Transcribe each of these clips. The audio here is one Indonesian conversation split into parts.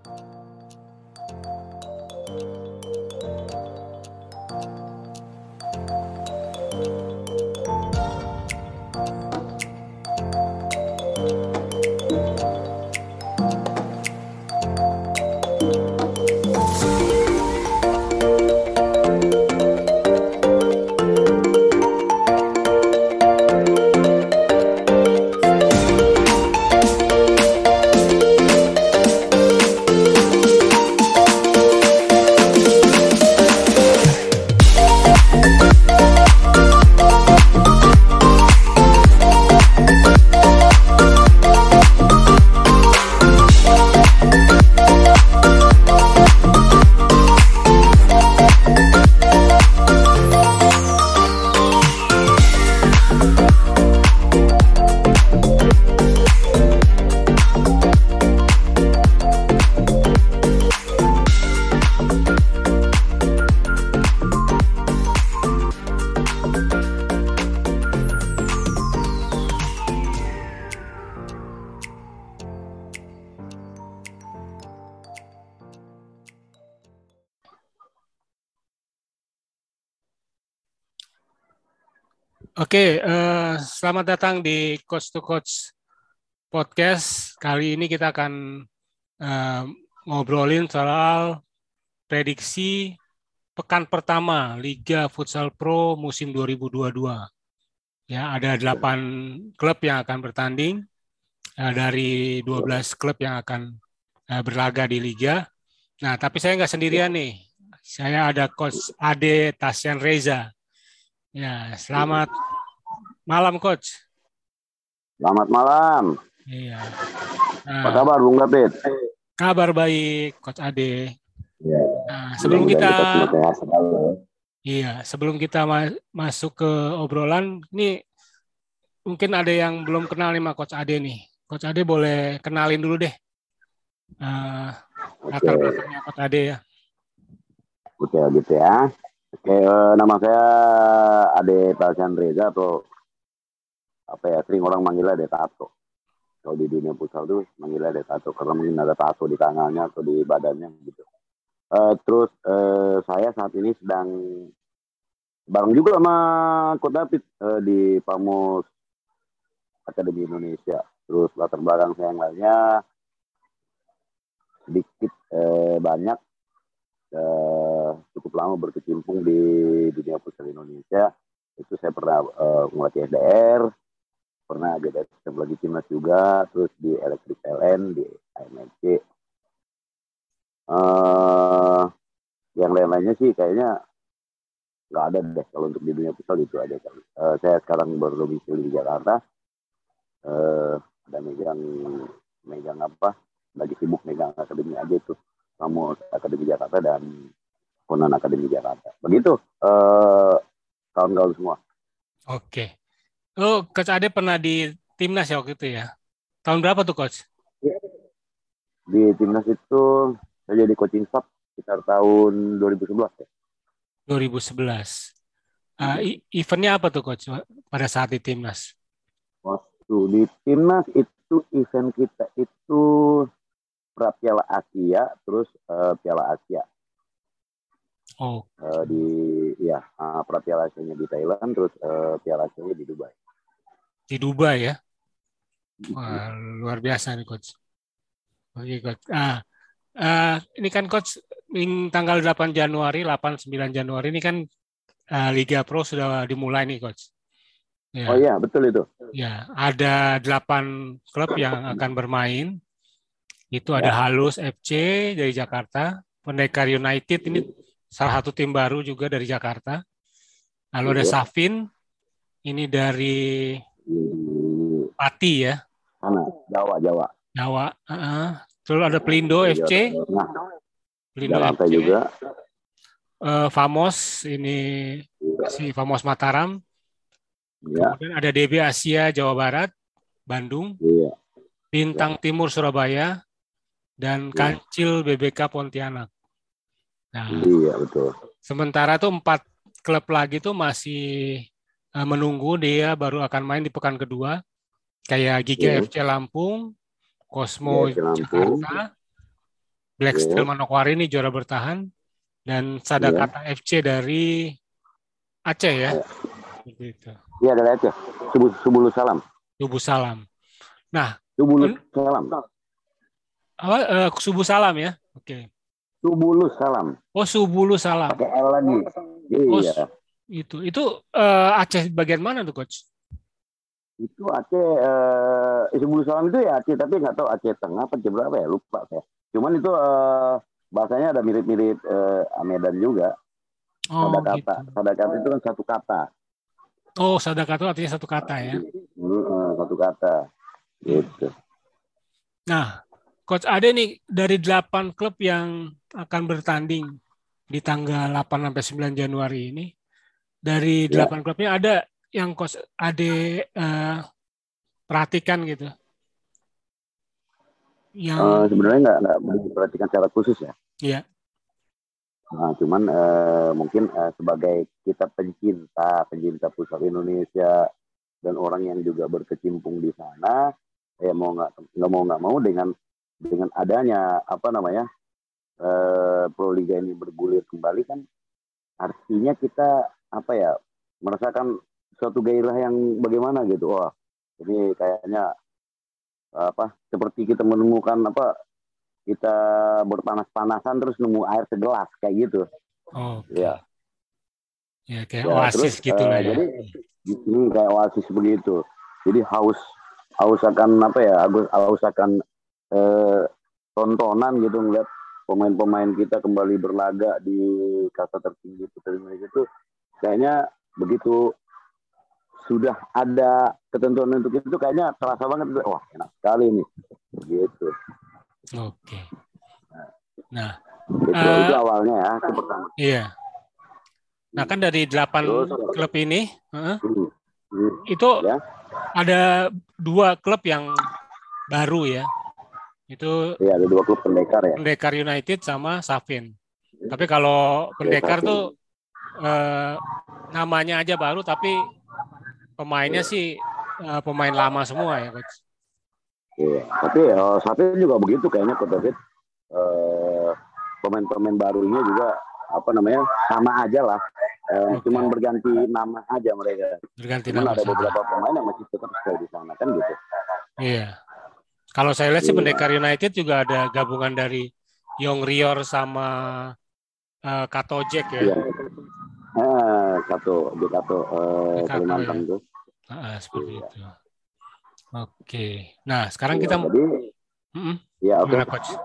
Oke, selamat datang di Coach to Coach Podcast. Kali ini kita akan ngobrolin soal prediksi pekan pertama Liga Futsal Pro musim 2022. Ya, ada 8 klub yang akan bertanding dari 12 klub yang akan berlaga di Liga. Nah, tapi saya nggak sendirian nih. Saya ada Coach Ade Tasyan Reza. Ya, selamat malam, Coach. Selamat malam. Iya. Apa kabar, Bung David? Kabar baik, Coach Ade. Ya. Nah, sebelum kita masuk ke obrolan, ini mungkin ada yang belum kenal nih sama Coach Ade nih. Coach Ade boleh kenalin dulu deh latar belakangnya Coach Ade ya. Oke, gitu ya. Oke, nama saya Ade Tasyan Reza atau sering orang manggilnya Ade Tato. Kalau di dunia futsal tuh manggilnya Ade Tato karena mungkin ada tato di tangannya atau di badannya gitu. Terus saya saat ini sedang bareng juga sama Coach David di Pamos Akademi Indonesia. Terus latar belakang saya yang lainnya sedikit banyak cukup lama berkecimpung di dunia futsal Indonesia. Itu saya pernah melatih SDR, pernah jadi asisten lagi timnas juga, terus di Elektrik LN, di AMFC. Yang lain-lainnya sih kayaknya nggak ada deh kalau untuk di dunia futsal itu aja kan. Saya sekarang berdomisili di Jakarta. Ada megang apa? Lagi sibuk megang akademi aja itu. Kamu Akademi Jakarta dan Konan Akademi Jakarta. Begitu kawan-kawan semua. Oke. Oh, Coach Ade pernah di timnas ya waktu itu ya? Tahun berapa tuh, Coach? Di timnas itu saya jadi coaching staff sekitar tahun 2011 ya. 2011. Eventnya apa tuh, Coach, pada saat di timnas? Waktu di timnas itu event kita itu Piala Asia, terus Piala Asia. Oh. Piala Asianya di Thailand, terus Piala Asianya di Dubai. Di Dubai ya? Wah, luar biasa nih, Coach. Oke, Coach. Ini kan, Coach, tanggal 8 Januari, 8-9 Januari ini kan Liga Pro sudah dimulai nih, Coach. Ya. Oh iya, betul itu. Ya, ada 8 klub yang akan bermain. Itu ada Halus FC dari Jakarta, Pendekar United ini salah satu tim baru juga dari Jakarta. Lalu ada Safin, ini dari Pati ya. Jawa. Terus ada Pelindo FC. Pelindo Jakarta FC. Juga. Famos, ini si Famos Mataram. Ya. Kemudian ada DB Asia Jawa Barat, Bandung. Ya. Bintang Timur Surabaya. Dan Kancil BBK Pontianak. Nah, iya betul. Sementara tuh 4 klub lagi tuh masih menunggu dia baru akan main di pekan kedua. Kayak Giga FC Lampung, Cosmo Jakarta, Black Steel Manokwari ini juara bertahan, dan Sadakata FC dari Aceh ya. Gitu. Iya, dari Aceh. Subulu Salam. Subuh Salam. Nah, Subulu Salam. Subuh Salam ya. Oke. Subulu Salam. Oh, Subulu Salam. Pakai L lagi. Oh, Iya. Itu Aceh bagian mana tuh, Coach? Itu Aceh, Subulu Salam itu ya Aceh, tapi nggak tahu Aceh Tengah apa Aceh berapa ya, lupa saya. Cuman itu bahasanya ada mirip-mirip Medan juga. Sadakata. Gitu. Sadakata itu kan satu kata. Oh, Sadakata artinya satu kata ya. Satu kata. Gitu. Nah, Coach Ade nih dari 8 klub yang akan bertanding di tanggal 8 sampai 9 Januari ini. Dari 8 klubnya ada yang Coach Ade perhatikan gitu. Yang sebenarnya nggak diperhatikan secara khusus ya. Iya. Nah, cuman mungkin sebagai kita pencinta futsal Indonesia dan orang yang juga berkecimpung di sana, ya mau nggak mau dengan adanya Pro Liga ini bergulir kembali kan, artinya kita merasakan suatu gairah yang bagaimana gitu. Wah, ini kayaknya seperti kita menemukan kita berpanas-panasan terus nemu air segelas kayak gitu. Oh, ya. Ya kayak oasis gitu lah ya. Jadi ini kayak oasis begitu. Jadi haus akan haus akan tontonan gitu, ngeliat pemain-pemain kita kembali berlaga di kasta tertinggi putri Indonesia itu kayaknya begitu sudah ada ketentuan untuk itu kayaknya terasa banget. Wah, enak sekali nih. Begitu. Oke. Nah, itu awalnya ya, itu pertama. Iya. Nah, kan dari 8 klub ini, itu ya, ada 2 klub yang baru ya. Itu iya, ada 2 klub Pendekar ya. Pendekar United sama Safin. Tapi kalau Pendekar tuh namanya aja baru, tapi pemainnya sih pemain lama semua ya, Coach. Iya, tapi Safin juga begitu kayaknya, Coach David. Pemain-pemain barunya juga sama aja lah, cuman berganti nama aja mereka. Cuman ada beberapa pemain yang masih tetap stay di sana kan gitu. Iya. Kalau saya lihat sih Pendekar United juga ada gabungan dari Yong Rior sama Kato Jack ya. Iya. Kato Kalimantan itu. Seperti itu. Oke. Nah, sekarang kita Coach.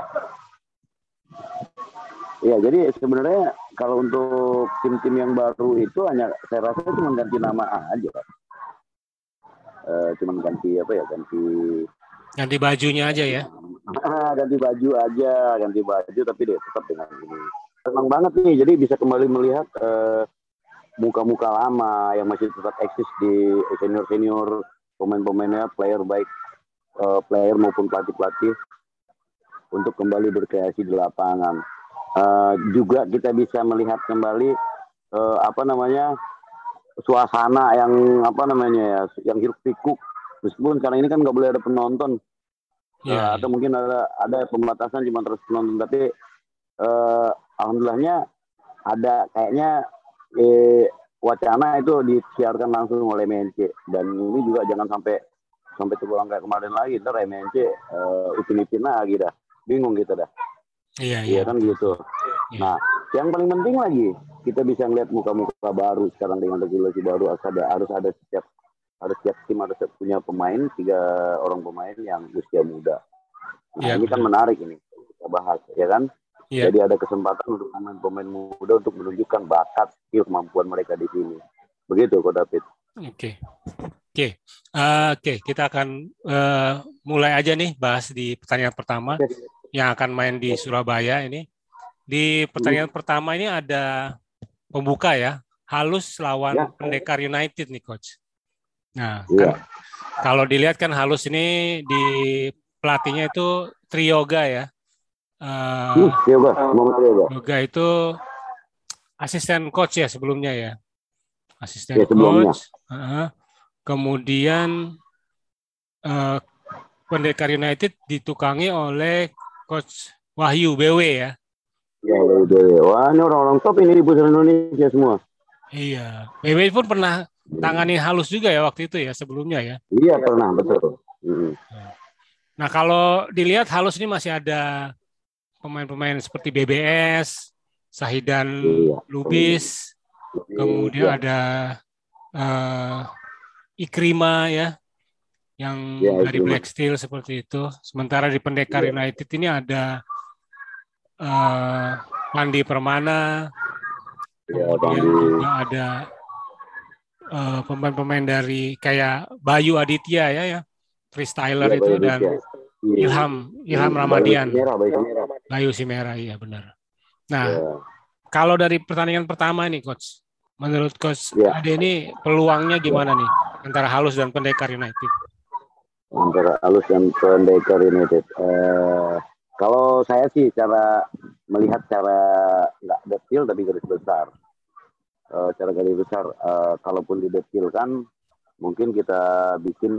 Ya, jadi sebenarnya kalau untuk tim-tim yang baru itu hanya saya rasa cuma ganti nama aja. Cuman ganti ganti bajunya aja ya. Ganti baju tapi dia tetap dengan ini. Senang banget nih, jadi bisa kembali melihat muka-muka lama yang masih tetap eksis di senior pemain-pemainnya, player baik player maupun pelatih untuk kembali berkreasi di lapangan. Juga kita bisa melihat kembali suasana yang yang hiruk pikuk, meskipun sekarang ini kan nggak boleh ada penonton, atau mungkin ada pembatasan cuma 100 penonton, tapi alhamdulillahnya ada kayaknya wacana itu disiarkan langsung oleh MNC, dan ini juga jangan sampai terulang kayak kemarin lagi, ntar MNC upin-ipin lagi dah, bingung kita dah. Iya kan gitu. Nah, yang paling penting lagi kita bisa ngeliat muka-muka baru sekarang dengan regulasi baru. Harus ada setiap tim harus punya pemain, 3 orang pemain yang usia muda. Nah, ini kan menarik ini kita bahas, ya kan? Jadi ada kesempatan untuk pemain muda untuk menunjukkan bakat, skill, kemampuan mereka di sini. Begitu, Ko David. Oke, kita akan mulai aja nih bahas di pertandingan pertama yang akan main di Surabaya ini. Di pertandingan pertama ini ada pembuka ya, Halus lawan Pendekar United nih, Coach. Nah, kan kalau dilihat kan Halus ini di pelatihnya itu Triyoga ya. Triyoga itu asisten coach ya sebelumnya ya. Asisten coach. Kemudian Pendekar United ditukangi oleh Coach Wahyu BW ya. Ya, wah ini orang-orang top ini di pusat Indonesia semua. Iya, BW pun pernah tangani Halus juga ya waktu itu ya sebelumnya ya. Iya pernah, betul. Nah kalau dilihat Halus ini masih ada pemain-pemain seperti BBS, Sahidan Lubis, kemudian ada Ikrima ya, yang dari Black Steel seperti itu. Sementara di Pendekar United ini ada Pandi Permana, kemudian juga ada pemain-pemain dari kayak Bayu Aditya ya, freestyler itu dan Ilham Ramadian. Bayu Simera, iya benar. Nah, kalau dari pertandingan pertama nih, Coach, menurut Coach Ade ini peluangnya gimana nih antara Halus dan Pendekar United? Antara Halus dan Pendekar United. Kalau saya sih melihat cara nggak detail tapi garis besar. Cara garis besar, kalaupun didetilkan, mungkin kita bikin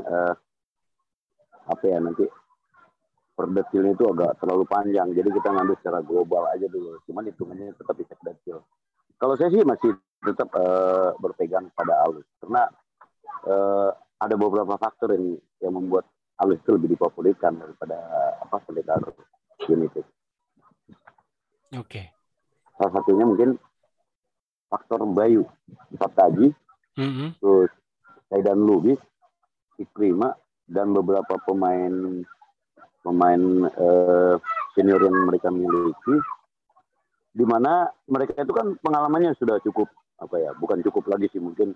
nanti per detilnya itu agak terlalu panjang. Jadi kita ngambil secara global aja dulu. Cuman hitungannya tetap bisa detil. Kalau saya sih masih tetap berpegang pada Halus karena ada beberapa faktor yang membuat Halus itu lebih dipopulerkan daripada Pendekar United. Oke. Salah satunya mungkin faktor Bayu Saptaji, terus Sahidan Lubis, Ikrima, dan beberapa pemain senior yang mereka miliki, di mana mereka itu kan pengalamannya sudah cukup bukan cukup lagi sih, mungkin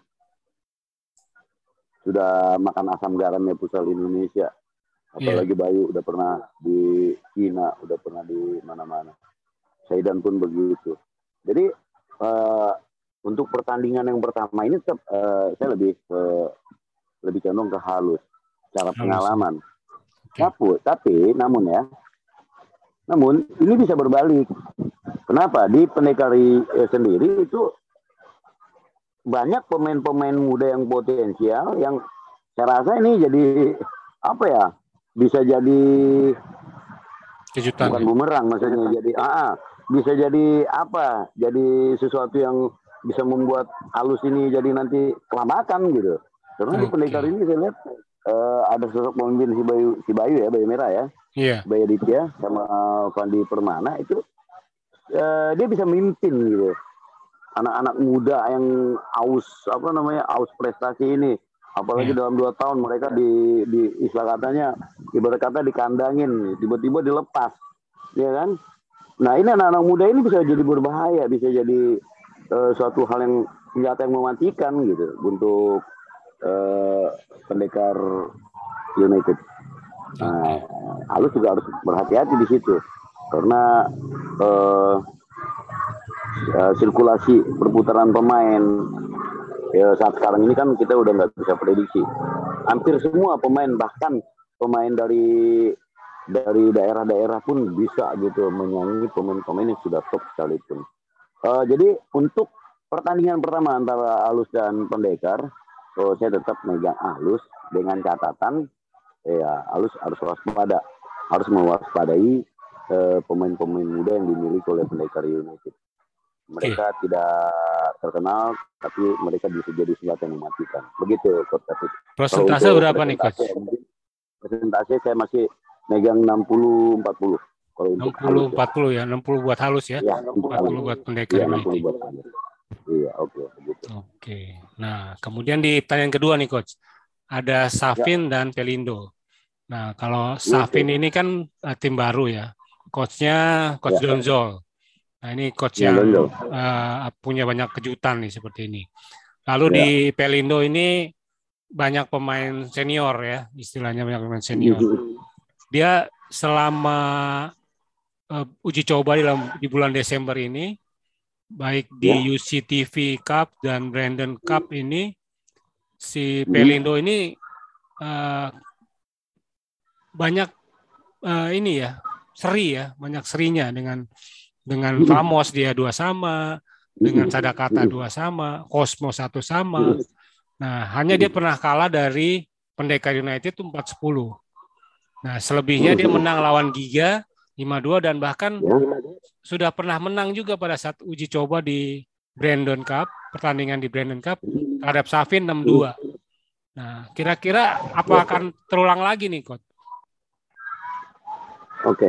sudah makan asam garamnya futsal Indonesia. Apalagi Bayu udah pernah di Cina, udah pernah di mana-mana. Sahidan pun begitu. Jadi untuk pertandingan yang pertama ini tetap saya lebih condong ke Halus secara pengalaman. Tapi namun ini bisa berbalik. Kenapa? Di Pendekar sendiri itu banyak pemain-pemain muda yang potensial yang saya rasa ini jadi bisa jadi kejutan. Bukan bumerang maksudnya, jadi bisa jadi jadi sesuatu yang bisa membuat Halus ini jadi nanti kelabakan gitu. Karena di Pendekar ini saya lihat ada sosok pemimpin si Bayu ya, Bayu Merah ya. Iya. Bayu Aditya sama Pandi Permana itu dia bisa memimpin gitu. Anak-anak muda yang aus prestasi ini. Apalagi dalam 2 tahun mereka di istilah katanya ibarat kata dikandangin, tiba-tiba dilepas. Ya kan? Nah, ini anak-anak muda ini bisa jadi berbahaya, bisa jadi suatu hal yang senjata yang mematikan gitu untuk Pendekar United. Nah, Halus juga harus berhati-hati di situ karena sirkulasi perputaran pemain saat sekarang ini kan kita udah nggak bisa prediksi. Hampir semua pemain, bahkan pemain dari daerah-daerah pun bisa gitu menyanyi pemain-pemain yang sudah top sekalipun. Jadi untuk pertandingan pertama antara Halus dan Pendekar, saya tetap megang Halus dengan catatan Halus harus waspada, harus mewaspadai pemain-pemain muda yang dimiliki oleh Pendekar United. Mereka tidak terkenal, tapi mereka bisa jadi senjata yang mematikan. Begitu, Coach David. Persentase berapa nih, Coach? Persentase saya masih megang 60-40. 60-40 ya, 60 buat Halus ya, 40 buat Pendekar United. Iya, oke. Oke. Nah, kemudian di pertandingan kedua nih, Coach. Ada Safin dan Pelindo. Nah, kalau Safin ini kan tim baru ya. Coachnya Coach Donzol. Nah, ini coach yang punya banyak kejutan nih seperti ini. Lalu di Pelindo ini banyak pemain senior ya, istilahnya banyak pemain senior. Dia selama uji coba di bulan Desember ini, baik di UCTV Cup dan Brandon Cup ini, si Pelindo ini banyak banyak serinya dengan Famos dia 2 sama, dengan Sadakata 2 sama, Cosmo 1 sama. Nah, hanya dia pernah kalah dari Pendekar United itu 4-10. Nah, selebihnya dia menang lawan Giga, 5-2 dan bahkan Ya. sudah pernah menang juga pada saat uji coba di Brandon Cup, pertandingan di Brandon Cup terhadap Safin 6-2. Nah, kira-kira apa akan terulang lagi nih, Coach? Oke.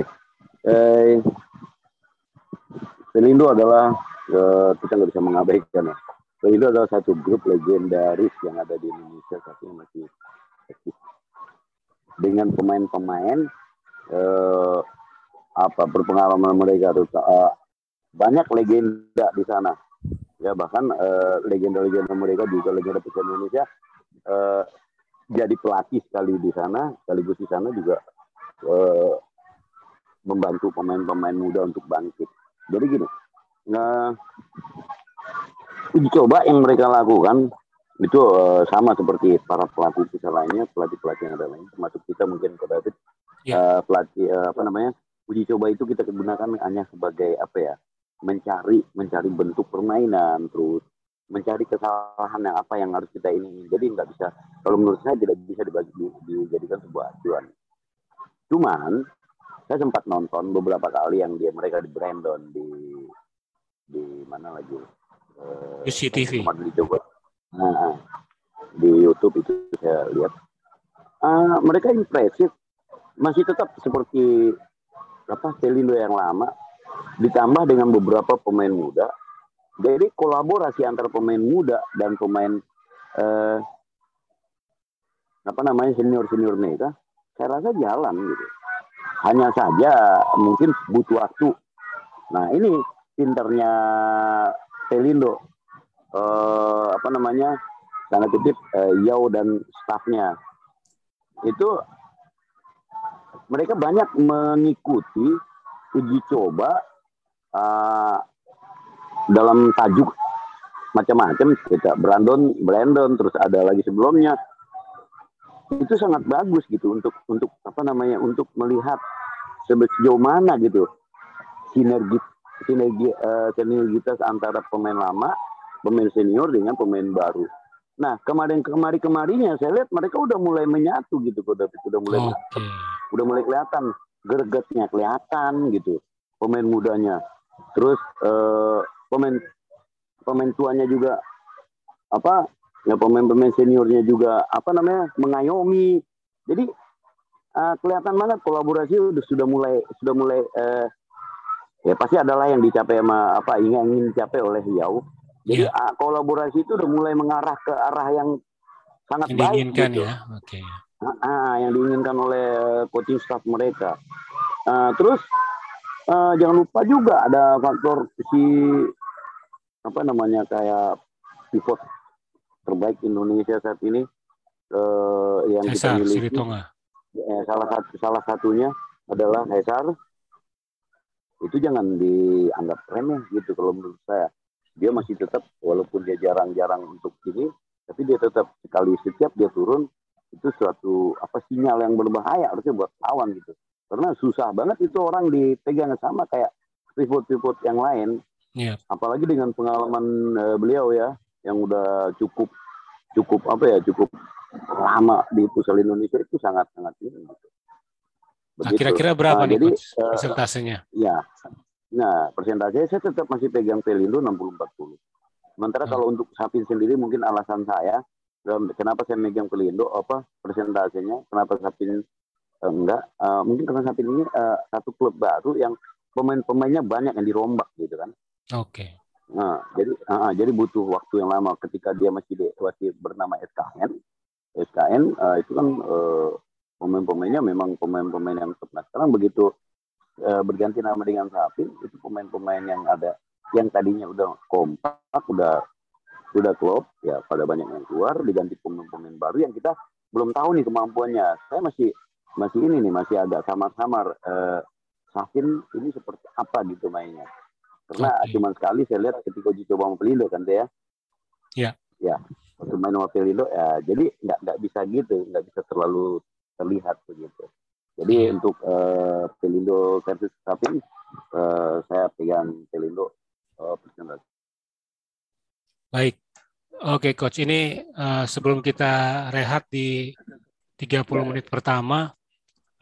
Pelindo adalah kita nggak bisa mengabaikan ya. Pelindo adalah satu grup legendaris yang ada di Indonesia saat ini masih eksis. Dengan pemain-pemain berpengalaman mereka tuh banyak legenda di sana. Ya bahkan legenda-legenda mereka juga legenda pesepak Indonesia jadi pelatih sekali di sana, sekaligus di sana juga membantu pemain-pemain muda untuk bangkit. Jadi gini, uji coba yang mereka lakukan itu sama seperti para pelaku kita lainnya, pelatih-pelatih yang ada lain, termasuk kita mungkin Ko David, pelatih uji coba itu kita gunakan hanya sebagai mencari bentuk permainan, terus mencari kesalahan yang apa yang harus kita ini. Jadi nggak bisa, kalau menurut saya tidak bisa dijadikan sebuah acuan. Cuman saya sempat nonton beberapa kali yang mereka di Brandon di mana lagi UCTV. dicoba. Di YouTube itu saya lihat mereka impresif, masih tetap seperti Pelindo yang lama, ditambah dengan beberapa pemain muda. Jadi kolaborasi antara pemain muda dan pemain senior mereka, saya rasa jalan gitu. Hanya saja mungkin butuh waktu. Nah ini pinternya Pelindo, tanda kutip Yao dan stafnya itu mereka banyak mengikuti uji coba dalam tajuk macam-macam, kita Brandon terus ada lagi sebelumnya, itu sangat bagus gitu untuk melihat sejauh mana gitu sinergitas antara pemain lama, pemain senior dengan pemain baru. Nah kemarinnya saya lihat mereka udah mulai menyatu gitu, udah mulai kelihatan gregetnya, kelihatan gitu pemain mudanya, terus pemain tuanya juga pemain seniornya juga mengayomi. Jadi kelihatan banget kolaborasi sudah mulai ya pasti adalah yang dicapai sama ingin dicapai oleh Yao. Jadi kolaborasi itu udah mulai mengarah ke arah yang sangat yang baik diinginkan gitu. Ya. Yang diinginkan oleh coaching staff mereka. Terus jangan lupa juga ada faktor kayak pivot terbaik Indonesia saat ini yang kita miliki. Salah satunya adalah Hesar. Itu jangan dianggap remeh gitu kalau menurut saya. Dia masih tetap, walaupun dia jarang-jarang untuk ini, tapi dia tetap setiap dia turun itu suatu sinyal yang berbahaya harusnya buat lawan gitu. Karena susah banget itu orang dipegang sama kayak pivot-pivot yang lain. Apalagi dengan pengalaman beliau ya, yang udah cukup lama di futsal Indonesia, itu sangat-sangat ini gitu. Kira-kira berapa nih Coach persentasenya? Ya, nah persentasenya saya tetap masih pegang Pelindo 60-40. Sementara kalau untuk Safin sendiri, mungkin alasan saya kenapa saya megang Pelindo persentasenya, kenapa Safin enggak, mungkin karena Safin ini satu klub baru yang pemain-pemainnya banyak yang dirombak gitu kan. Nah, jadi butuh waktu yang lama. Ketika dia masih bernama SKN itu kan pemain-pemainnya memang pemain-pemain yang top. Nah, sekarang begitu berganti nama dengan Safin, itu pemain-pemain yang ada yang tadinya udah kompak, udah klop ya, pada banyak yang keluar, diganti pemain-pemain baru yang kita belum tahu nih kemampuannya. Saya masih agak samar-samar Safin ini seperti apa gitu mainnya. Karena cuma sekali saya lihat ketika uji coba sama Pelindo kan dia. Ya, waktu main sama Pelindo ya, jadi nggak bisa gitu, nggak bisa terlalu terlihat begitu. Jadi untuk Pelindo versus Safin, saya pegang Pelindo persentase. Baik. Oke Coach, ini sebelum kita rehat di 30 menit pertama,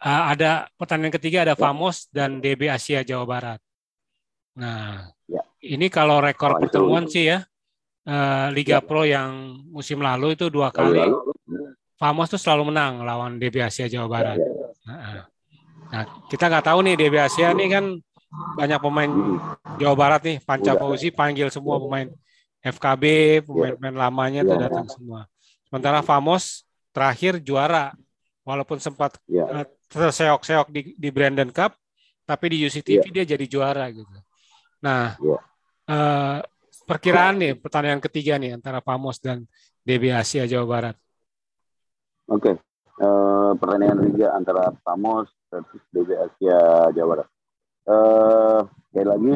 ada pertandingan ketiga ada Famos dan DB Asia Jawa Barat. Nah, ini kalau rekor pertemuan sih ya, Liga Pro yang musim lalu itu 2 kali Famos tuh selalu menang lawan DB Asia Jawa Barat. Nah, kita nggak tahu nih DB Asia nih kan banyak pemain Jawa Barat nih, Panca Fauzi panggil semua pemain FKB, pemain-pemain lamanya tuh datang semua. Sementara Famos terakhir juara, walaupun sempat terseok-seok di Brandon Cup, tapi di UCTV dia jadi juara gitu. Nah, perkiraan nih pertandingan ketiga nih antara Famos dan DB Asia Jawa Barat. Oke. Pertandingan liga antara Famos versus DB Asia Jawa Barat. Sekali lagi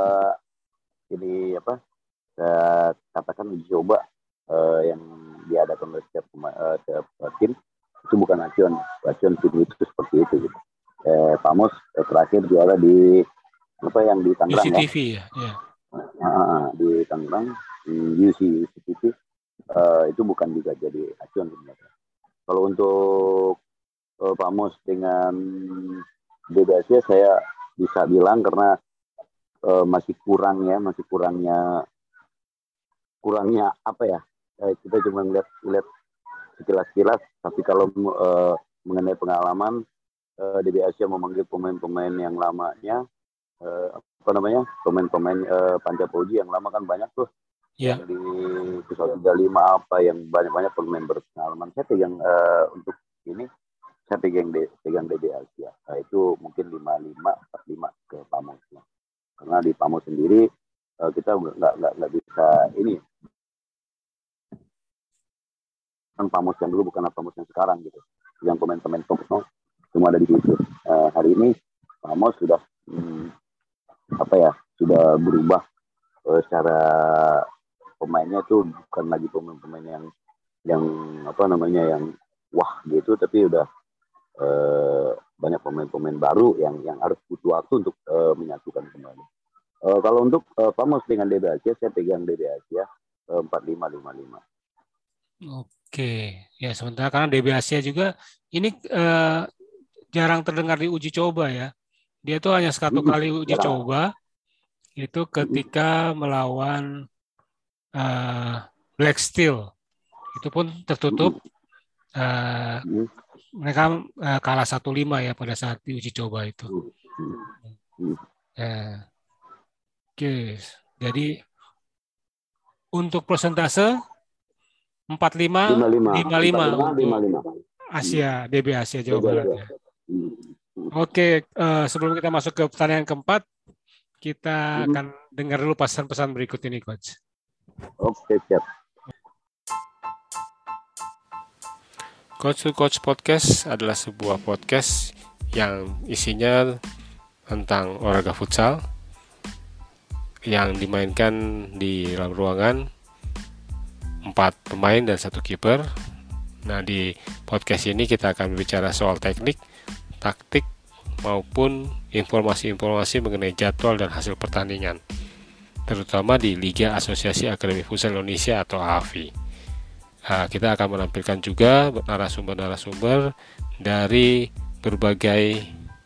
saya katakan uji coba yang diadakan oleh setiap tim itu bukan acuan tim itu seperti itu gitu. Famos terakhir juara di yang di Tangerang UCTV ya. Di Tangerang di UCTV itu bukan juga jadi acuan sebenarnya. Kalau untuk Famos dengan DB Asia saya bisa bilang karena masih kurangnya apa ya, kita cuma lihat sekilas, tapi kalau mengenai pengalaman DB Asia memanggil pemain-pemain yang lamanya pemain-pemain Panca Fauzi yang lama kan banyak tuh yang di Pusat 35 apa yang banyak pemain berpengalaman. Saya pegang untuk ini saya pegang DB Asia. Itu mungkin 5-5 ke Famos. Karena di Famos sendiri kita nggak bisa ini. Kan Famos yang dulu bukan Famos yang sekarang gitu. Yang pemain-pemain top semua ada di situ. Hari ini Famos sudah sudah berubah secara pemainnya tuh bukan lagi pemain-pemain yang wah gitu, tapi udah banyak pemain-pemain baru yang harus butuh waktu untuk menyatukan kembali. Kalau untuk Famos dengan DB Asia, saya pegang DB Asia 4-5-5-5. Oke, ya sementara karena DB Asia juga ini jarang terdengar di uji coba ya. Dia tuh hanya satu kali uji coba, itu ketika melawan Black Steel. Itu pun tertutup. Mereka kalah 1-5 ya pada saat di uji coba itu. Oke, jadi untuk persentase 45-55 untuk Asia, DB Asia Jawa Barat ya. Oke, sebelum kita masuk ke pertanyaan keempat, kita akan dengar dulu pesan-pesan berikut ini, Coach. Oke, siap. Coach to Coach Podcast adalah sebuah podcast yang isinya tentang olahraga futsal yang dimainkan di dalam ruangan 4 pemain dan 1 kiper. Nah, di podcast ini kita akan berbicara soal teknik, taktik, maupun informasi-informasi mengenai jadwal dan hasil pertandingan, terutama di Liga Asosiasi Akademi Futsal Indonesia atau AFI. Kita akan menampilkan juga narasumber-narasumber dari berbagai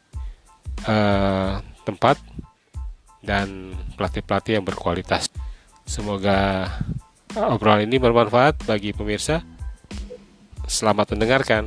tempat dan pelatih-pelatih yang berkualitas. Semoga obrolan ini bermanfaat bagi pemirsa. Selamat mendengarkan.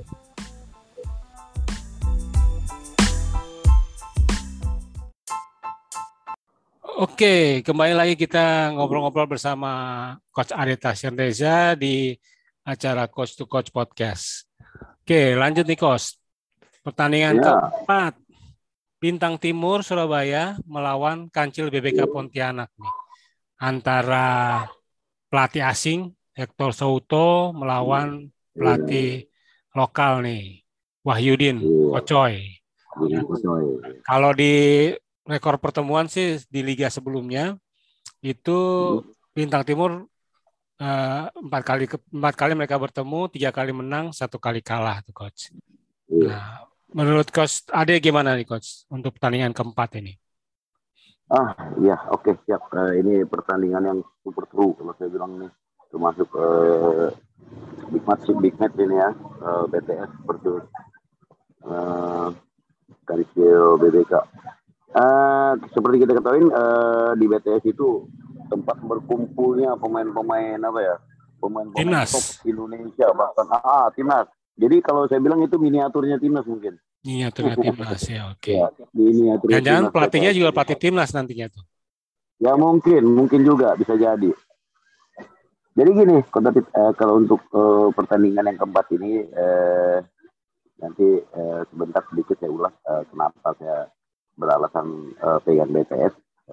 Oke, kembali lagi kita ngobrol-ngobrol bersama Coach Arita Reza di acara Coach to Coach Podcast. Oke, lanjut nih Coach. Pertandingan keempat, Bintang Timur Surabaya melawan Kancil BBK Pontianak nih. Antara pelatih asing Hector Souto melawan pelatih lokal nih, Wahyudin Kocoy. Kalau di rekor pertemuan sih di liga sebelumnya itu Bintang Timur 4 kali mereka bertemu, 3 kali menang, 1 kali kalah tuh Coach. Nah, menurut Coach Ade gimana nih Coach untuk pertandingan keempat ini? Iya, oke, siap. Ini pertandingan yang super seru kalau saya bilang nih, termasuk big match ini ya, BTS versus Kansel BBK. Seperti kita ketahui di BTS itu tempat berkumpulnya pemain-pemain apa ya, pemain-pemain top Indonesia bahkan timnas. Jadi kalau saya bilang itu miniaturnya timnas mungkin. Miniaturnya timnas ya, oke. Ya, miniaturnya Jangan-jangan timnas pelatihnya BTS. juga pelatih timnas nantinya tuh. Ya mungkin juga bisa jadi. Jadi gini, kalau untuk pertandingan yang keempat ini nanti sebentar sedikit saya ulas kenapa saya beralasan pegang BTS.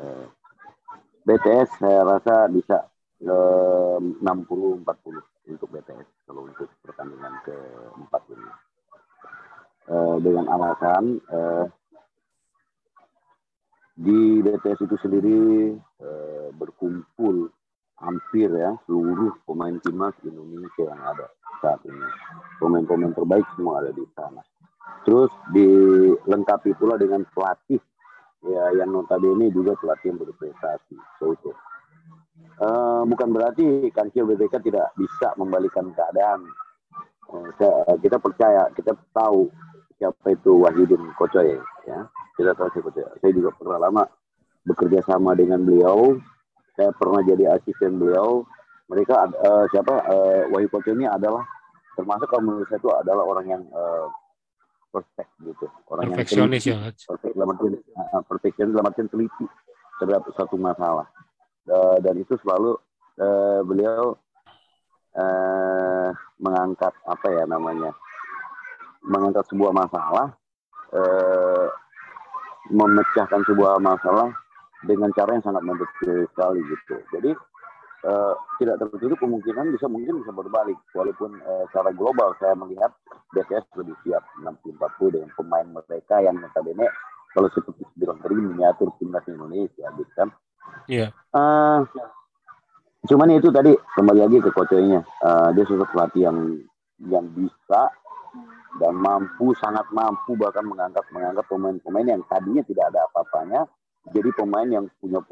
BTS saya rasa bisa 60-40 untuk BTS kalau untuk pertandingan keempat ini. Dengan alasan di BTS itu sendiri berkumpul hampir ya seluruh pemain timnas Indonesia yang ada saat ini. Pemain-pemain terbaik semua ada di sana. Terus dilengkapi pula dengan pelatih ya yang notabene juga pelatih yang berprestasi. Bukan berarti Kansil BBK tidak bisa membalikan keadaan. Kita percaya, kita tahu siapa itu Wahidin Kocoy ya. Kita tahu siapa itu. Saya juga pernah lama bekerja sama dengan beliau. Saya pernah jadi asisten beliau. Mereka Wahid Kocoy ini adalah termasuk kalau menurut saya itu adalah orang yang perfect gitu, orang yang teliti, perfeksionis dalam artian teliti terhadap satu masalah. Dan itu selalu beliau mengangkat mengangkat sebuah masalah, memecahkan sebuah masalah dengan cara yang sangat mendetil sekali gitu. Jadi tidak tertutup kemungkinan mungkin bisa berbalik, walaupun secara global saya melihat BTS lebih siap 60-40 dengan pemain mereka yang notabene kalau seperti bilang tadi miniatur timnas Indonesia gitu kan. Iya. Cuman itu tadi kembali lagi ke Kocoynya, dia sosok pelatih yang bisa dan sangat mampu bahkan mengangkat pemain-pemain yang tadinya tidak ada apa-apanya jadi pemain yang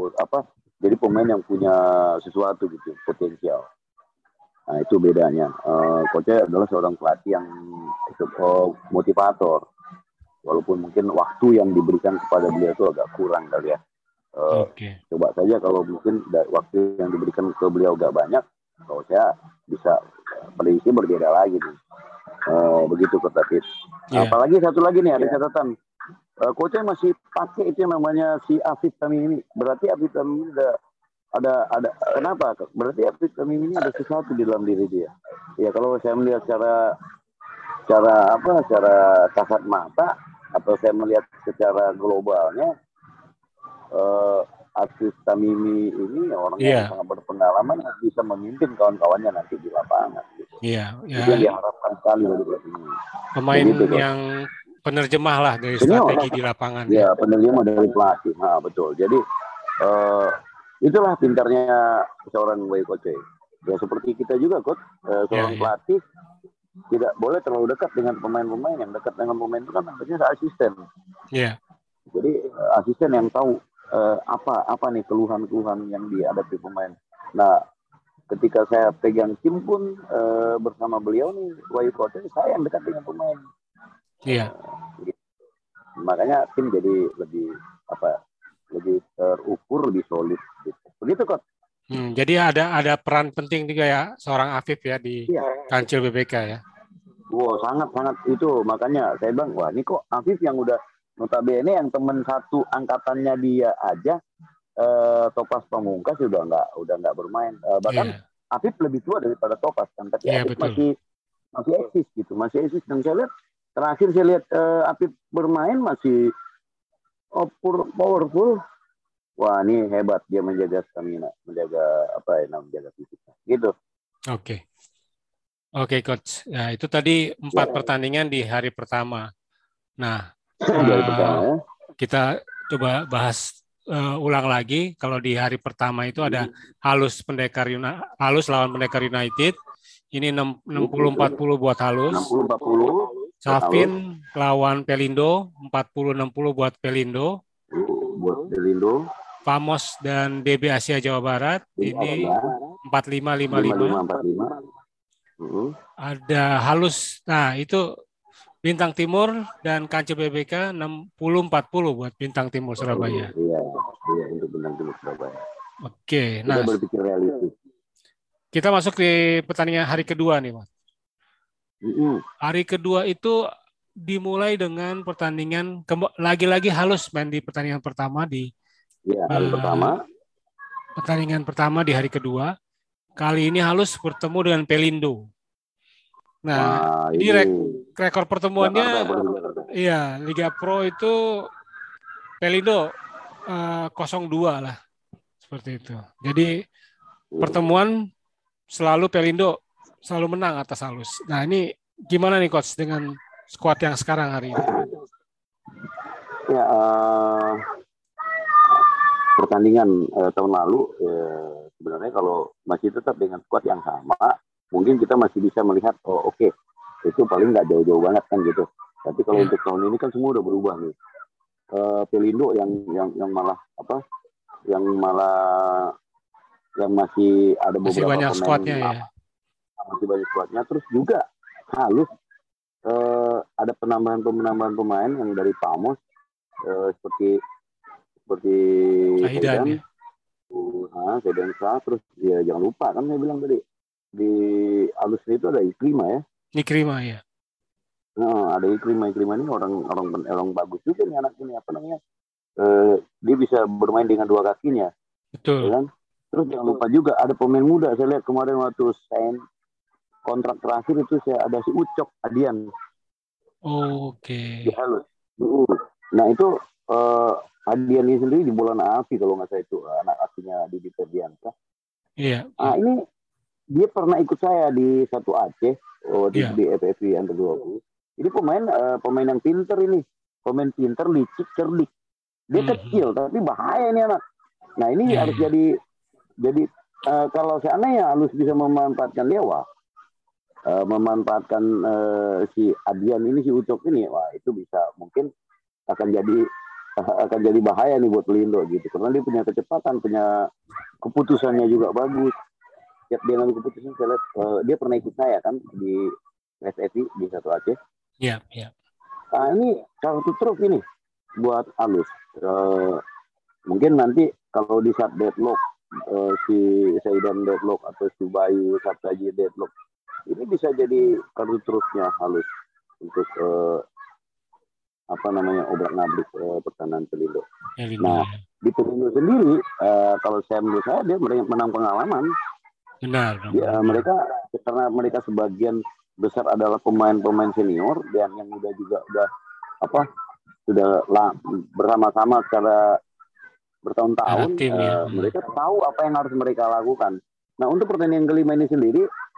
punya sesuatu gitu, potensial. Nah itu bedanya. Coach adalah seorang pelatih yang motivator. Walaupun mungkin waktu yang diberikan kepada beliau itu agak kurang kali ya. Coba saja kalau mungkin waktu yang diberikan ke beliau agak banyak, kalau saya bisa prediksi berbeda lagi nih. Begitu Coach David. Yeah. Apalagi satu lagi nih ada catatan. Coach masih pakai itu yang namanya si Afif Tamimi. Berarti Afif Tamimi ada kenapa? Berarti Afif Tamimi ini ada sesuatu di dalam diri dia. Ya kalau saya melihat secara kasat mata atau saya melihat secara globalnya Afif Tamimi ini orang yang sangat berpengalaman bisa memimpin kawan-kawannya nanti di lapangan. Gitu. Iya. Itu yang diharapkan sekali dari pelatih ini. Pemain begitu, yang penerjemah lah dari strategi di lapangan. Ya, penerjemah dari pelatih. Nah, betul. Jadi itulah pintarnya seorang Wahid Kocoy. Ya seperti kita juga, Coach. Seorang pelatih tidak boleh terlalu dekat dengan pemain-pemain. Yang dekat dengan pemain itu kan namanya asisten. Iya. Jadi asisten yang tahu apa nih keluhan-keluhan yang dihadapi pemain. Nah, ketika saya pegang tim pun bersama beliau nih Wahid Kocoy, saya yang dekat dengan pemain. Iya. Makanya tim jadi lebih terukur, lebih solid gitu. Begitu Coach. Jadi ada peran penting juga ya seorang Afif ya di Kancil BBK ya. Wow, sangat itu, makanya saya bilang wah ini kok Afif yang udah notabene yang teman satu angkatannya dia aja Topas Pamungkas udah nggak bermain. Bahkan Afif lebih tua daripada Topas kan, tapi Afif masih eksis gitu, masih eksis. Dan saya lihat terakhir Afif bermain masih powerful. Wah, ini hebat dia menjaga stamina, menjaga fisiknya. Gitu. Oke, Coach. Ya, itu tadi 4 pertandingan di hari pertama. Nah, kita coba bahas ulang lagi. Kalau di hari pertama itu ada Halus lawan Pendekar United. Ini 60-40 buat Halus. 60-40. Safin lawan Pelindo, 40-60 buat Pelindo. Famos dan DB Asia Jawa Barat ini 45-55. Ada Halus. Nah, itu Bintang Timur dan Kancil BBK 60-40 buat Bintang Timur Surabaya. Iya, untuk Bintang Timur Surabaya. Oke, Kita berpikir realistis. Kita masuk di pertandingan hari kedua nih, Mas. Hari kedua itu dimulai dengan pertandingan, lagi-lagi halus main di pertandingan pertama hari pertama. Pertandingan pertama di hari kedua. Kali ini halus bertemu dengan Pelindo. Nah, ini rekor pertemuannya, iya, Liga Pro itu Pelindo 0-2 lah, seperti itu. Jadi pertemuan selalu Pelindo selalu menang atas halus. Nah, ini gimana nih Coach dengan skuad yang sekarang hari ini? Ya, pertandingan tahun lalu sebenarnya kalau masih tetap dengan skuad yang sama, mungkin kita masih bisa melihat oke, itu paling nggak jauh-jauh banget kan gitu. Tapi kalau untuk tahun ini kan semua udah berubah nih. Pelindo yang malah yang masih ada beberapa banyak pemain skuadnya ya. Masih banyak skuadnya, terus juga halus ada penambahan pemain yang dari Pamos seperti Aidan, Aidan Shah, terus ya jangan lupa kan saya bilang tadi di halus itu ada Ikrima ya. Ikrima ya. Nah, ada Ikrima ini orang bagus juga nih anak ini, apa namanya? Dia bisa bermain dengan dua kakinya. Betul. Ya kan? Terus jangan lupa juga ada pemain muda. Saya lihat kemarin waktu sign kontrak terakhir itu ada si Ucok Adian. Oke. Di halus. Nah itu Adian ini sendiri di bulan Afi kalau nggak salah itu anak aslinya di Ferdiansa. Iya. Nah ini dia pernah ikut saya di satu Aceh di FFV Under 20. Ini pemain yang pinter ini, pemain pinter, licik, cerdik. Dia kecil tapi bahaya ini anak. Nah ini harus jadi kalau seandainya halus bisa memanfaatkan dia, memanfaatkan si Adian ini, si Ucok ini, wah itu bisa mungkin akan jadi bahaya nih buat Pelindo gitu, karena dia punya kecepatan, punya keputusannya juga bagus. Dia ngambil keputusan, saya lihat dia pernah ikut saya kan di SSI di satu Aceh. Iya. Nah ini satu truk ini buat halus. Mungkin nanti kalau di saat deadlock si Saidan deadlock atau si Bayu Sabtaji deadlock, ini bisa jadi kartu truknya halus untuk obrak-abrik pertahanan Pelindo. Nah di Pelindo sendiri kalau menurut saya dia menang pengalaman. Benar. Mereka karena mereka sebagian besar adalah pemain-pemain senior dan yang muda juga sudah bersama-sama secara bertahun-tahun. Mereka tahu apa yang harus mereka lakukan. Nah untuk pertandingan kelima ini sendiri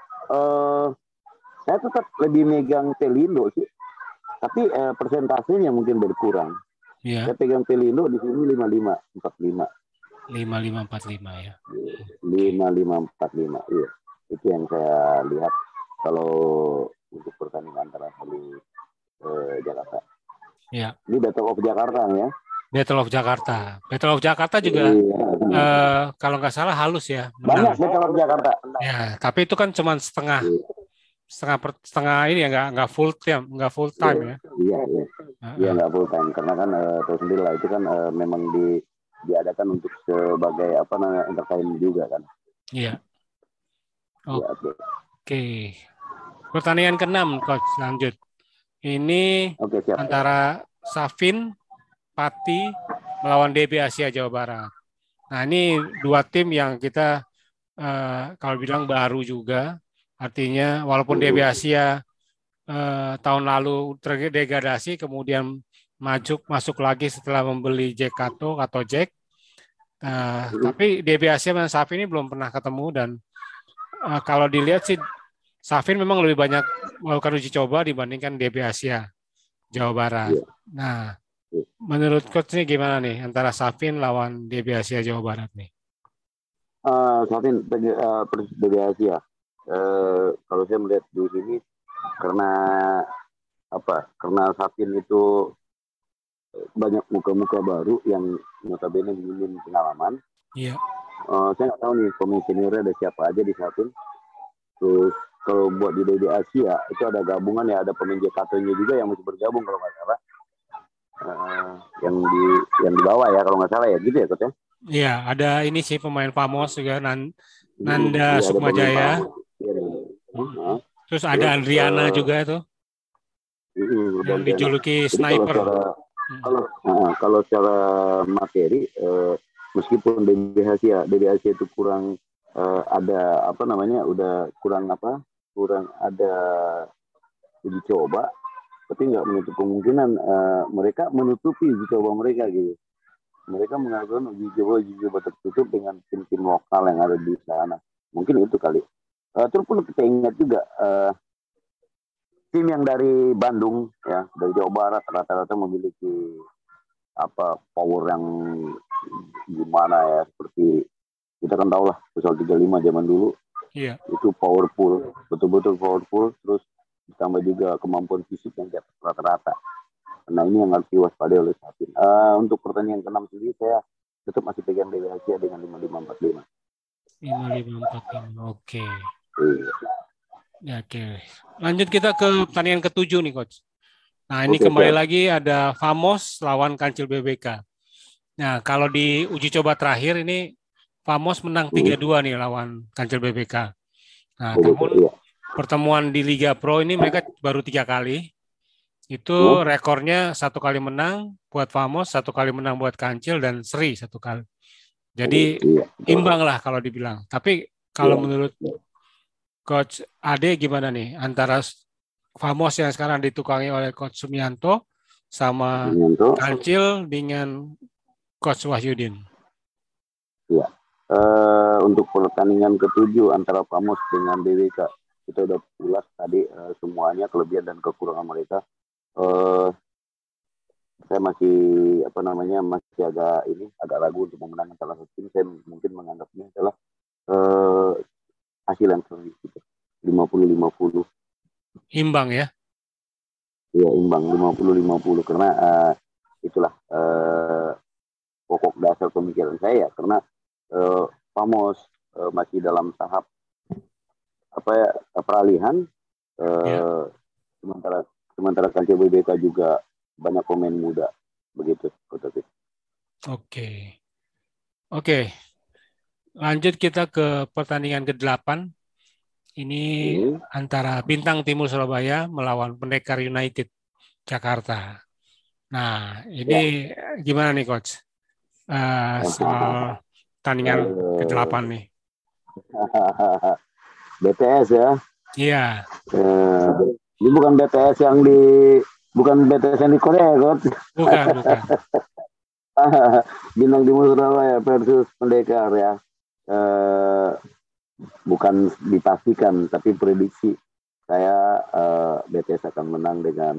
saya tetap lebih megang Pelindo sih, tapi persentasenya mungkin berkurang. Saya pegang Pelindo di sini 55-45. 55-45 ya. 55-45, iya. Itu yang saya lihat kalau untuk pertandingan antara Halus Jakarta. Iya. Ini Battle of Jakarta ya. Battle of Jakarta juga kalau nggak salah halus ya. Banyak Battle of Jakarta. Ya, tapi itu kan cuma setengah ini ya, nggak full time ya. Iya nggak full time karena kan tahu sendiri lah itu kan memang diadakan untuk sebagai entertainment juga kan. Iya. Oke. Pertandingan ke-6 Coach, lanjut. Ini antara Safin Pati melawan DB Asia Jawa Barat. Nah ini dua tim yang kita kalau bilang baru juga, artinya walaupun DB Asia tahun lalu terdegradasi kemudian masuk lagi setelah membeli Jack Kato atau Jack. Tapi DB Asia dan Safin ini belum pernah ketemu dan kalau dilihat sih Safin memang lebih banyak melakukan uji coba dibandingkan DB Asia Jawa Barat. Nah, menurut Coach ini gimana nih antara Safin lawan DB Asia Jawa Barat nih? Safin DB Asia. Kalau saya melihat di sini karena Safin itu banyak muka-muka baru yang notabene minim pengalaman. Iya. Saya nggak tahu nih pemain seniornya ada siapa aja di Safin. Terus kalau buat di DB Asia itu ada gabungan ya, ada pemain Jakarta-nya juga yang masih bergabung kalau nggak salah. Yang di bawah ya kalau nggak salah ya gitu ya coach ya. Iya, ada ini sih pemain Famos juga Nanda Iya ada pemain Sukmajaya. Famos. Iya. Terus ada Terus Adriana juga itu yang bergantian. dijuluki Jadi kalau sniper. secara kalau secara materi meskipun DB Asia itu kurang ada apa namanya udah kurang ada uji coba, tapi nggak menutup kemungkinan mereka menutupi uji coba mereka gitu. Mereka mengadakan uji coba tertutup dengan tim-tim lokal yang ada di sana. Mungkin itu kali. Terus perlu kita ingat juga tim yang dari Bandung ya, dari Jawa Barat rata-rata memiliki power yang gimana ya, seperti kita kan tahu lah Futsal 35 zaman dulu. Iya. Itu powerful, betul-betul powerful, terus ditambah juga kemampuan fisik yang di atas rata-rata. Nah ini yang harus diwaspadai oleh Sapin. Untuk pertandingan ke-6 sendiri saya tetap masih pegang DB Asia dengan 5545. 5545. Oke. Ya, oke. Lanjut kita ke pertandingan ke-7 nih coach. Nah, ini kembali lagi ada Famos lawan Kancil BBK. Nah, kalau di uji coba terakhir ini Famos menang 3-2 nih lawan Kancil BBK. Nah, namun pertemuan di Liga Pro ini mereka baru 3 kali. Itu rekornya 1 kali menang buat Famos, 1 kali menang buat Kancil, dan seri 1 kali. Jadi imbang lah kalau dibilang. Tapi kalau menurut Coach Ade gimana nih antara Famos yang sekarang ditukangi oleh Coach Sumianto sama Kancil dengan Coach Wahyudin? Iya. Untuk pertandingan ke-7 antara Famos dengan BWK kita udah ulas tadi semuanya kelebihan dan kekurangan mereka. Saya masih masih agak ragu untuk memenangkan salah satu tim. Saya mungkin menganggapnya adalah hasil yang seri gitu. 50-50. Imbang ya? Iya, imbang 50-50 karena itulah pokok dasar pemikiran saya, karena Famos masih dalam tahap peralihan, sementara Kancil BBK juga banyak pemain muda begitu. Oke. Lanjut kita ke pertandingan ke-8. Ini antara Bintang Timur Surabaya melawan Pendekar United Jakarta. Nah, ini gimana nih coach? Soal pertandingan ke-8 nih. BTS ya? Iya. Ini bukan BTS yang di Korea ya, coach? Bukan. Bintang Timur Surabaya versus Pendekar ya. Bukan dipastikan, tapi prediksi saya BTS akan menang dengan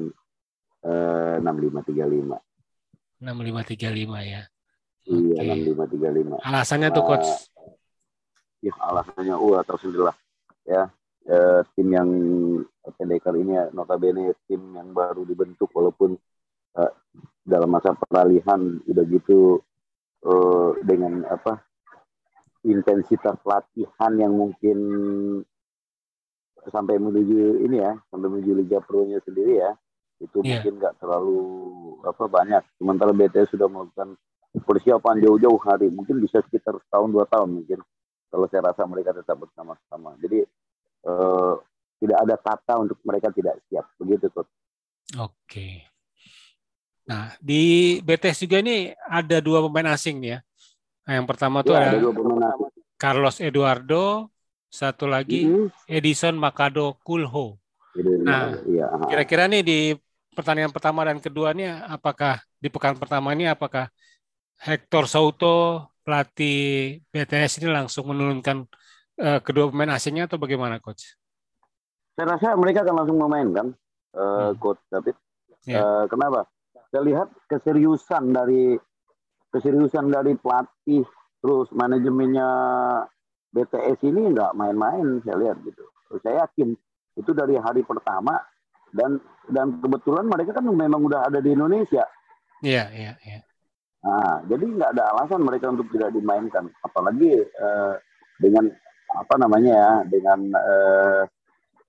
6535. 6535 ya. Iya, 6535. Alasannya tuh coach? Ya, alasannya tahu sendirilah ya. Tim yang Pendekar ini ya, notabene tim yang baru dibentuk, walaupun dalam masa peralihan udah gitu dengan intensitas latihan yang mungkin sampai menuju Liga Pro-nya sendiri ya, itu mungkin nggak terlalu banyak. Sementara BTS sudah melakukan persiapan jauh-jauh hari, mungkin bisa sekitar 1-2 tahun mungkin kalau saya rasa mereka tetap bersama-sama. Jadi tidak ada kata untuk mereka tidak siap, begitu tuh. Oke. Nah, di BTS juga ini ada 2 pemain asing nih ya. Nah, yang pertama tuh ada Carlos Eduardo, satu lagi Edison Makado Kulho. Nah, kira-kira nih di pertandingan pertama dan kedua nih, apakah di pekan pertama ini apakah Hector Souto, pelatih BTS ini langsung menurunkan kedua pemain asingnya atau bagaimana, Coach? Saya rasa mereka akan langsung memainkan, Coach David. Kenapa? Saya lihat keseriusan dari pelatih, terus manajemennya BTS ini nggak main-main, saya lihat gitu. Saya yakin itu dari hari pertama, dan kebetulan mereka kan memang udah ada di Indonesia. Iya. Nah, jadi nggak ada alasan mereka untuk tidak dimainkan, apalagi dengan dengan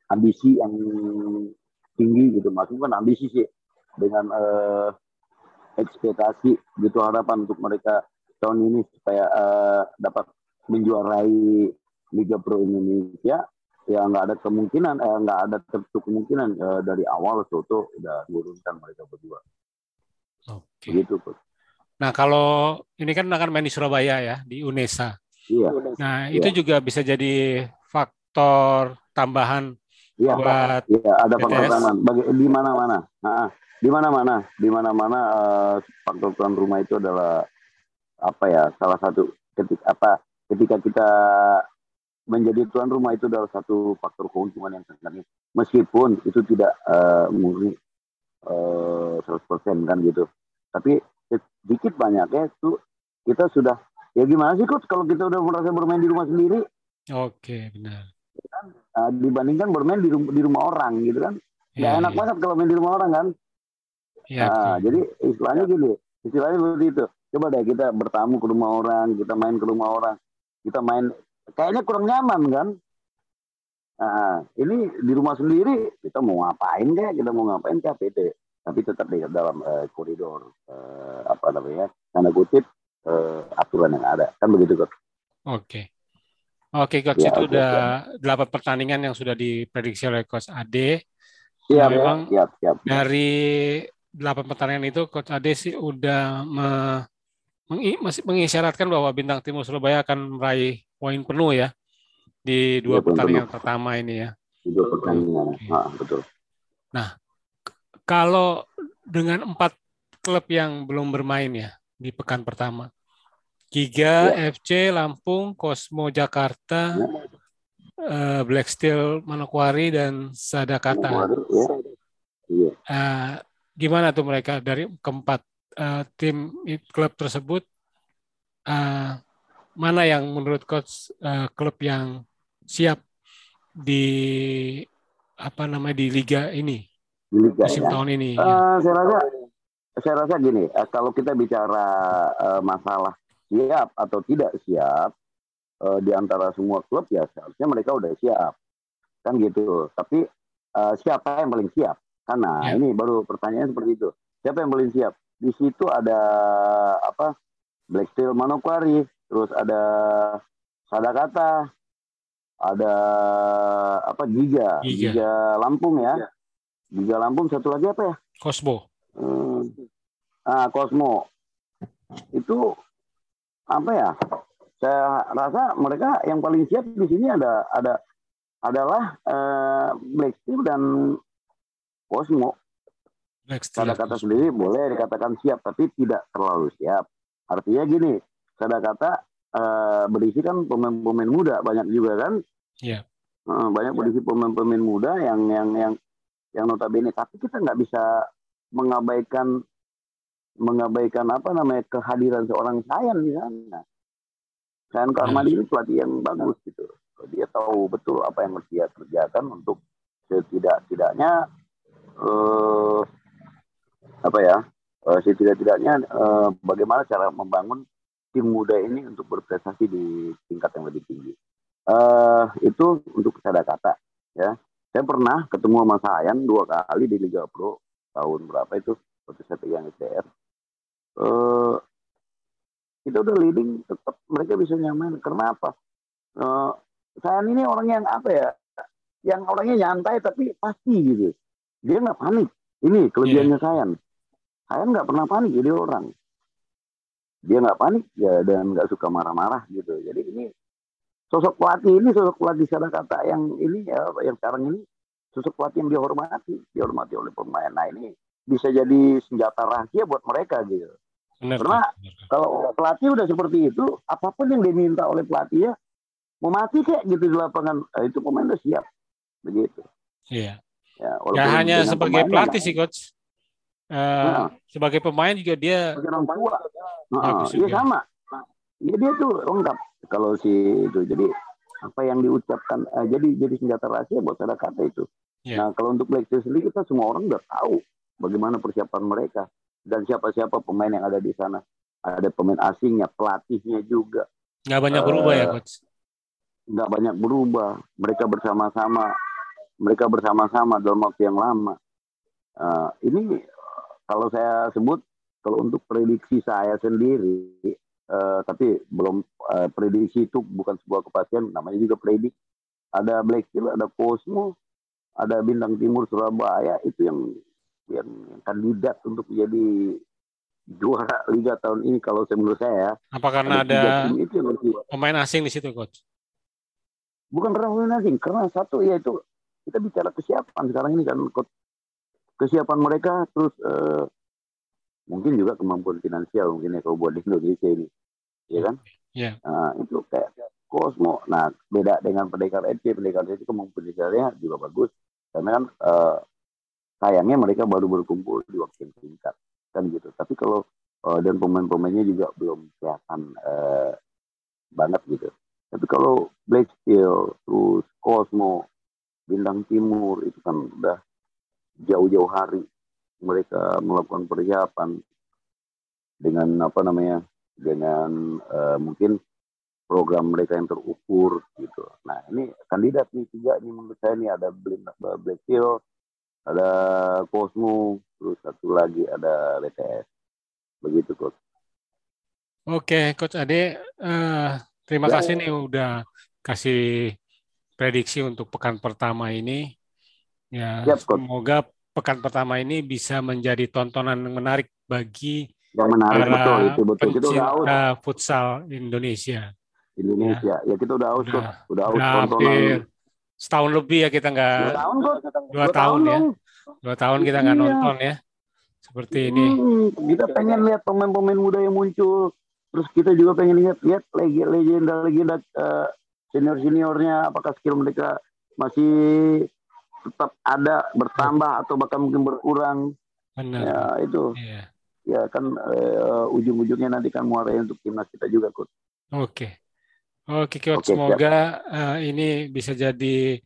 ambisi yang tinggi gitu. Maksudnya kan ambisi sih dengan ekspektasi gitu, harapan untuk mereka tahun ini supaya dapat menjuarai Liga Pro Indonesia. Ya nggak ada kemungkinan, nggak ada tertutup kemungkinan dari awal Soto udah turunkan mereka berdua. Oke. Begitu, Coach. Nah, kalau ini kan akan main di Surabaya ya, di UNESA. Iya. Nah, Iya. itu juga bisa jadi faktor tambahan Iya, buat ya, ada faktor BTS. tambahan. Di mana-mana, di mana-mana faktor tuan rumah itu adalah apa ya? Salah satu ketika kita menjadi tuan rumah itu adalah satu faktor keuntungan yang sangat, meskipun itu tidak murni 100% kan gitu. Tapi sedikit banyaknya itu kita sudah, ya gimana sih Coach kalau kita udah merasa bermain di rumah sendiri? Oke, benar. Dibandingkan bermain di rumah orang gitu kan, nggak Ya, enak banget kalau main di rumah orang kan. ya, betul. Jadi istilahnya gini, istilahnya seperti itu. Coba deh kita bertamu ke rumah orang, kita main ke rumah orang, kita main kayaknya kurang nyaman kan. Ini di rumah sendiri kita mau ngapain kayak PT, tapi tetap di dalam koridor apa namanya, tanda kutip aturan yang ada kan begitu Coach. Oke. Oke, Coach, Ya, itu oke, udah siap. 8 pertandingan yang sudah diprediksi oleh Coach Ade. Siap, Memang siap. dari 8 pertandingan itu Coach Ade sih udah masih mengisyaratkan bahwa Bintang Timur Surabaya akan meraih poin penuh ya di Iya, 2 penuh. pertandingan pertama ini ya. Itu pertandingan. Oke. Betul. Nah, kalau dengan 4 klub yang belum bermain ya di pekan pertama, Giga, Ya. FC Lampung, Cosmo Jakarta, Ya. Black Steel Manokwari, dan Sadakata. Ya. Iya. Gimana tuh mereka dari keempat tim klub tersebut? Mana yang menurut coach klub yang siap di di liga ini Di liga musim ya. tahun ini? Ya. Saya rasa gini, kalau kita bicara masalah siap atau tidak siap di antara semua klub, ya seharusnya mereka udah siap kan gitu. Tapi siapa yang paling siap? Karena ini baru pertanyaannya seperti itu. Siapa yang paling siap? Di situ ada Black Steel Manokwari, terus ada Sadakata, ada Giga Lampung ya. Giga Lampung, satu lagi apa ya? Cosmo. Cosmo. Itu apa ya? Saya rasa mereka yang paling siap di sini adalah Black Steel dan Cosmo. Sadakata sendiri boleh dikatakan siap, tapi tidak terlalu siap. Artinya gini, Sadakata berisi kan pemain-pemain muda banyak juga kan? Iya. Banyak berisi pemain-pemain muda yang notabene, tapi kita nggak bisa mengabaikan kehadiran seorang Sayan di sana. Sayan Karmadi ini pelatih yang bagus gitu. Dia tahu betul apa yang harus dia kerjakan untuk setidak-tidaknya bagaimana cara membangun tim muda ini untuk berprestasi di tingkat yang lebih tinggi. Itu untuk Sadakata ya. Saya pernah ketemu sama Sayan 2 kali di Liga Pro tahun berapa itu waktu saya pegang SDR. Kita udah leading, tetap mereka bisa nyamain. Kenapa? Sayan ini orang yang yang orangnya nyantai tapi pasti gitu. Dia nggak panik. Ini kelebihannya Sayan. Sayan nggak pernah panik jadi orang. Dia nggak panik ya, dan nggak suka marah-marah gitu. Jadi ini sosok pelatih Sadakata yang ini ya, yang sekarang ini sosok pelatih yang dihormati oleh pemain. Nah ini bisa jadi senjata rahasia buat mereka gitu. Karena kalau pelatih udah seperti itu, apapun yang diminta oleh pelatih ya mau mati kayak gitu di lapangan, itu pemain udah siap begitu. Iya. Ya hanya sebagai pelatih sih coach. Sebagai pemain juga dia orang tua. Iya sama. Ya dia tuh lengkap kalau si itu. Jadi apa yang diucapkan jadi senjata rahasia buat Sadakata itu. Yeah. Nah kalau untuk Black Steel sendiri kita semua orang udah tahu bagaimana persiapan mereka dan siapa-siapa pemain yang ada di sana. Ada pemain asingnya, pelatihnya juga. Nggak banyak berubah ya coach? Nggak banyak berubah. Mereka bersama-sama mereka bersama-sama dalam waktu yang lama. Ini kalau saya sebut, kalau untuk prediksi saya sendiri, tapi belum, prediksi itu bukan sebuah kepastian, namanya juga prediksi. Ada Black Steel, ada Cosmo, ada Bintang Timur Surabaya, itu yang kandidat untuk menjadi juara liga tahun ini kalau menurut saya. Apa karena tiga ada tim itu yang pemain asing di situ, Coach? bukan karena pemain asing, karena satu yaitu kita bicara kesiapan sekarang ini kan, kesiapan mereka, terus mungkin juga kemampuan finansial mungkin ya kalau buat di Indonesia ini, ya kan? Yeah. Itu kayak Cosmo. Nah, beda dengan Pendekar FC itu kemampuan finansialnya juga bagus, karena kan sayangnya mereka baru berkumpul di waktu yang singkat kan gitu. Tapi kalau dan pemain-pemainnya juga belum kelihatan banget gitu. Tapi kalau Black Steel, terus Cosmo, Bintang Timur itu kan udah jauh-jauh hari mereka melakukan persiapan dengan dengan mungkin program mereka yang terukur gitu. Nah, ini kandidat nih 3 nih menurut saya nih, ada Black Steel, ada Cosmo, terus satu lagi ada BTS. Begitu, Coach. Oke, Coach Ade, terima kasih nih udah kasih prediksi untuk pekan pertama ini. Ya, semoga pekan pertama ini bisa menjadi tontonan yang menarik bagi para pencinta futsal Indonesia. Ya kita udah aus, udah hampir setahun lebih ya kita nggak 2 tahun ya. 2 tahun kita nggak nonton ya. Seperti ini. Kita pengen lihat pemain-pemain muda yang muncul. Terus kita juga pengen lihat legenda senior-seniornya, apakah skill mereka masih tetap ada, bertambah atau bahkan mungkin berkurang. Benar. Ya itu. Yeah. Ya kan ujung-ujungnya nanti kan muaranya untuk timnas kita juga, Coach. Oke, Coach. Semoga ini bisa jadi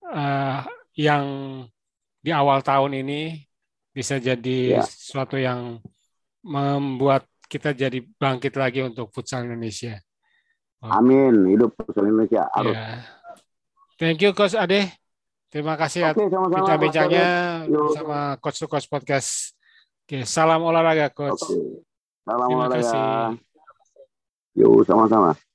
yang di awal tahun ini bisa jadi sesuatu yang membuat kita jadi bangkit lagi untuk futsal Indonesia. Amin, hidup futsal Indonesia. Thank you, Coach Ade. Terima kasih atas bincang-bincangnya bersama Coach to Coach Podcast. Salam olahraga, Coach. Salam Terima olahraga. kasih. Yuk, sama-sama.